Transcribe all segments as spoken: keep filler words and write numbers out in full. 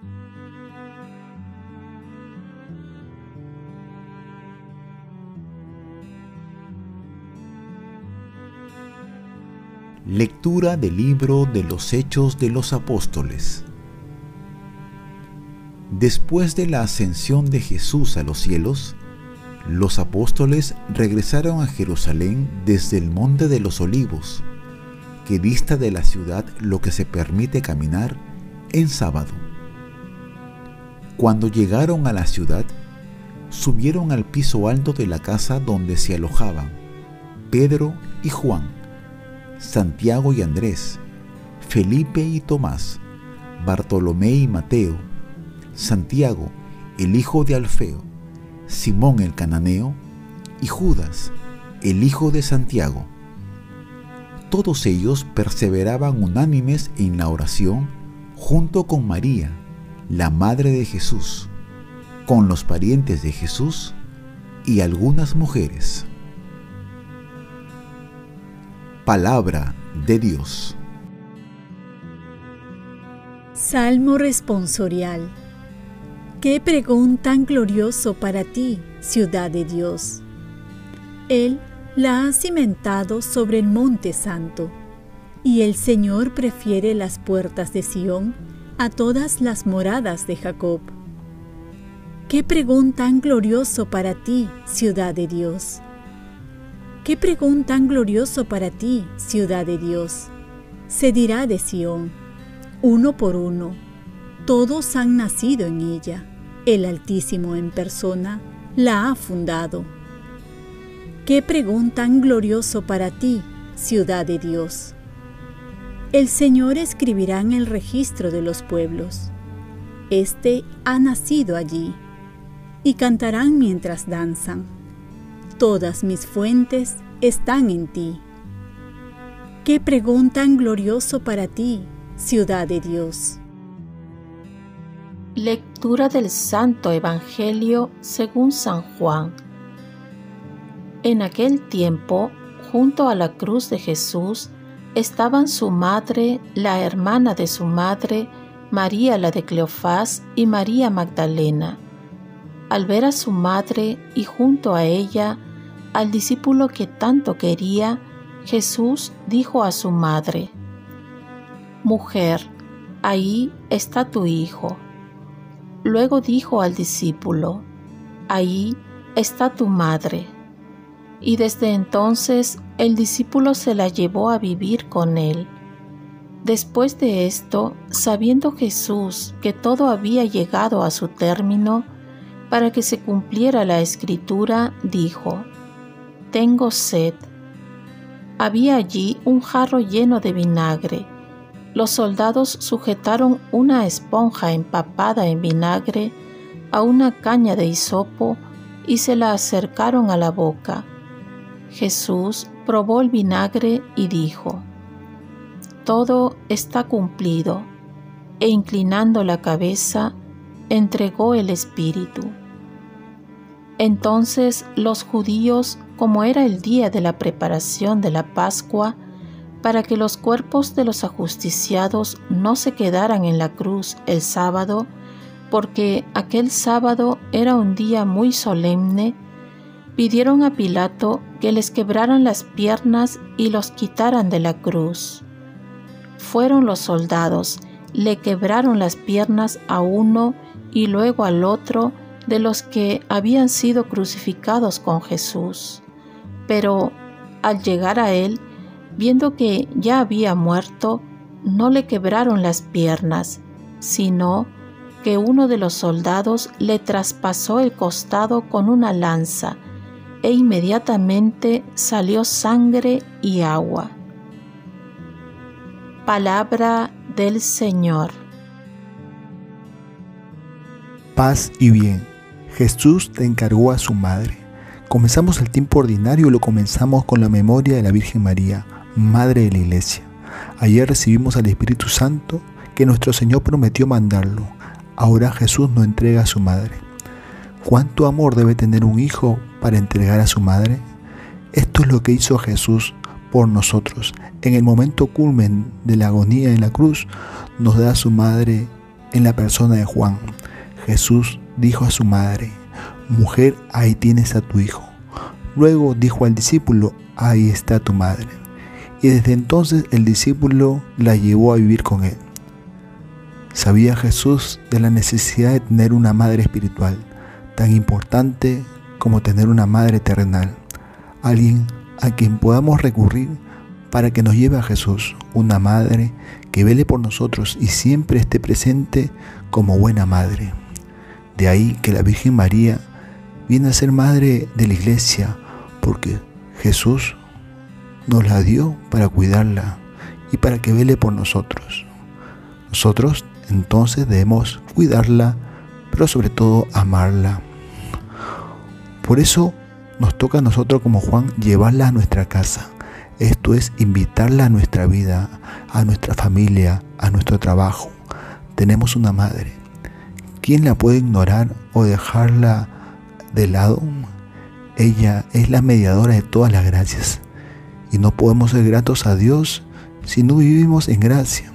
Lectura del libro de los Hechos de los Apóstoles. Después de la ascensión de Jesús a los cielos, los apóstoles regresaron a Jerusalén desde el Monte de los Olivos, que dista de la ciudad lo que se permite caminar en sábado. Cuando llegaron a la ciudad, subieron al piso alto de la casa donde se alojaban Pedro y Juan, Santiago y Andrés, Felipe y Tomás, Bartolomé y Mateo, Santiago, el hijo de Alfeo, Simón el cananeo y Judas, el hijo de Santiago. Todos ellos perseveraban unánimes en la oración junto con María, la madre de Jesús, con los parientes de Jesús y algunas mujeres. Palabra de Dios. Salmo responsorial. Qué pregón tan glorioso para ti, ciudad de Dios. Él la ha cimentado sobre el monte santo, y el Señor prefiere las puertas de Sión a todas las moradas de Jacob. Qué pregón tan glorioso para ti, ciudad de Dios. Qué pregón tan glorioso para ti, ciudad de Dios. Se dirá de Sión, uno por uno, todos han nacido en ella, el Altísimo en persona la ha fundado. Qué pregón tan glorioso para ti, ciudad de Dios. El Señor escribirá en el registro de los pueblos. Este ha nacido allí, y cantarán mientras danzan. Todas mis fuentes están en ti. Qué pregón tan glorioso para ti, ciudad de Dios. Lectura del Santo Evangelio según San Juan. En aquel tiempo, junto a la cruz de Jesús, estaban su madre, la hermana de su madre, María la de Cleofás y María Magdalena. Al ver a su madre y junto a ella al discípulo que tanto quería, Jesús dijo a su madre: «Mujer, ahí está tu hijo». Luego dijo al discípulo: «Ahí está tu madre». Y desde entonces el discípulo se la llevó a vivir con él. Después de esto, sabiendo Jesús que todo había llegado a su término, para que se cumpliera la Escritura, dijo: «Tengo sed». Había allí un jarro lleno de vinagre. Los soldados sujetaron una esponja empapada en vinagre a una caña de hisopo y se la acercaron a la boca. Jesús probó el vinagre y dijo: «Todo está cumplido», e inclinando la cabeza, entregó el espíritu. Entonces los judíos, como era el día de la preparación de la Pascua, para que los cuerpos de los ajusticiados no se quedaran en la cruz el sábado, porque aquel sábado era un día muy solemne, pidieron a Pilato que les quebraran las piernas y los quitaran de la cruz. Fueron los soldados, le quebraron las piernas a uno y luego al otro de los que habían sido crucificados con Jesús. Pero al llegar a él, viendo que ya había muerto, no le quebraron las piernas, sino que uno de los soldados le traspasó el costado con una lanza, e inmediatamente salió sangre y agua. Palabra del Señor. Paz y bien. Jesús te encargó a su madre. Comenzamos el tiempo ordinario y lo comenzamos con la memoria de la Virgen María, Madre de la Iglesia. Ayer recibimos al Espíritu Santo que nuestro Señor prometió mandarlo. Ahora Jesús nos entrega a su madre. ¿Cuánto amor debe tener un hijo para entregar a su madre? Esto es lo que hizo Jesús por nosotros. En el momento culmen de la agonía en la cruz, nos da a su madre en la persona de Juan. Jesús dijo a su madre: mujer, ahí tienes a tu hijo. Luego dijo al discípulo: ahí está tu madre. Y desde entonces el discípulo la llevó a vivir con él. Sabía Jesús de la necesidad de tener una madre espiritual, tan importante como tener una madre terrenal, alguien a quien podamos recurrir para que nos lleve a Jesús, una madre que vele por nosotros y siempre esté presente como buena madre. De ahí que la Virgen María viene a ser madre de la Iglesia, porque Jesús nos la dio para cuidarla y para que vele por nosotros. Nosotros entonces debemos cuidarla, pero sobre todo amarla. Por eso nos toca a nosotros como Juan llevarla a nuestra casa. Esto es invitarla a nuestra vida, a nuestra familia, a nuestro trabajo. Tenemos una madre. ¿Quién la puede ignorar o dejarla de lado? Ella es la mediadora de todas las gracias. Y no podemos ser gratos a Dios si no vivimos en gracia.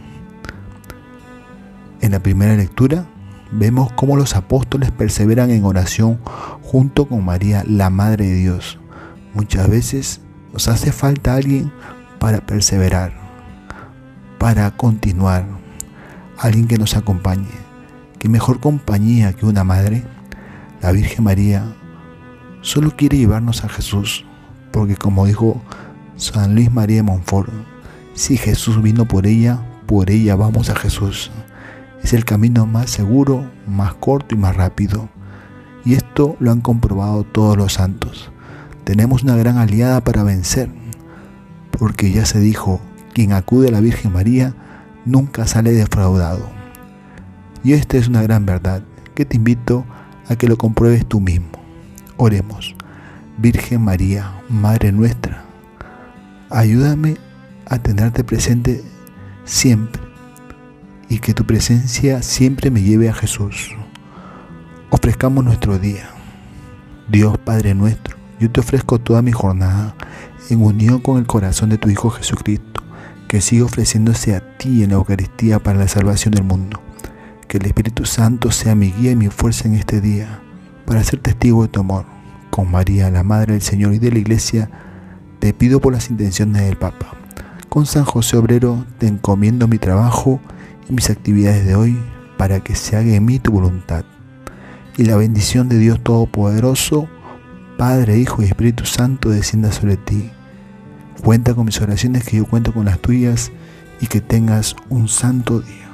En la primera lectura vemos cómo los apóstoles perseveran en oración junto con María, la Madre de Dios. Muchas veces nos hace falta alguien para perseverar, para continuar, alguien que nos acompañe. ¿Qué mejor compañía que una madre? La Virgen María solo quiere llevarnos a Jesús, porque como dijo San Luis María de Montfort, si Jesús vino por ella, por ella vamos a Jesús. Es el camino más seguro, más corto y más rápido. Y esto lo han comprobado todos los santos. Tenemos una gran aliada para vencer, porque ya se dijo, quien acude a la Virgen María nunca sale defraudado. Y esta es una gran verdad que te invito a que lo compruebes tú mismo. Oremos. Virgen María, Madre nuestra, ayúdame a tenerte presente siempre y que tu presencia siempre me lleve a Jesús. Ofrezcamos nuestro día. Dios Padre nuestro, yo te ofrezco toda mi jornada en unión con el corazón de tu Hijo Jesucristo, que sigue ofreciéndose a ti en la Eucaristía para la salvación del mundo. Que el Espíritu Santo sea mi guía y mi fuerza en este día, para ser testigo de tu amor. Con María, la Madre del Señor y de la Iglesia, te pido por las intenciones del Papa. Con San José Obrero te encomiendo mi trabajo y mis actividades de hoy, para que se haga en mí tu voluntad. Y la bendición de Dios Todopoderoso, Padre, Hijo y Espíritu Santo, descienda sobre ti. Cuenta con mis oraciones, que yo cuento con las tuyas, y que tengas un santo día.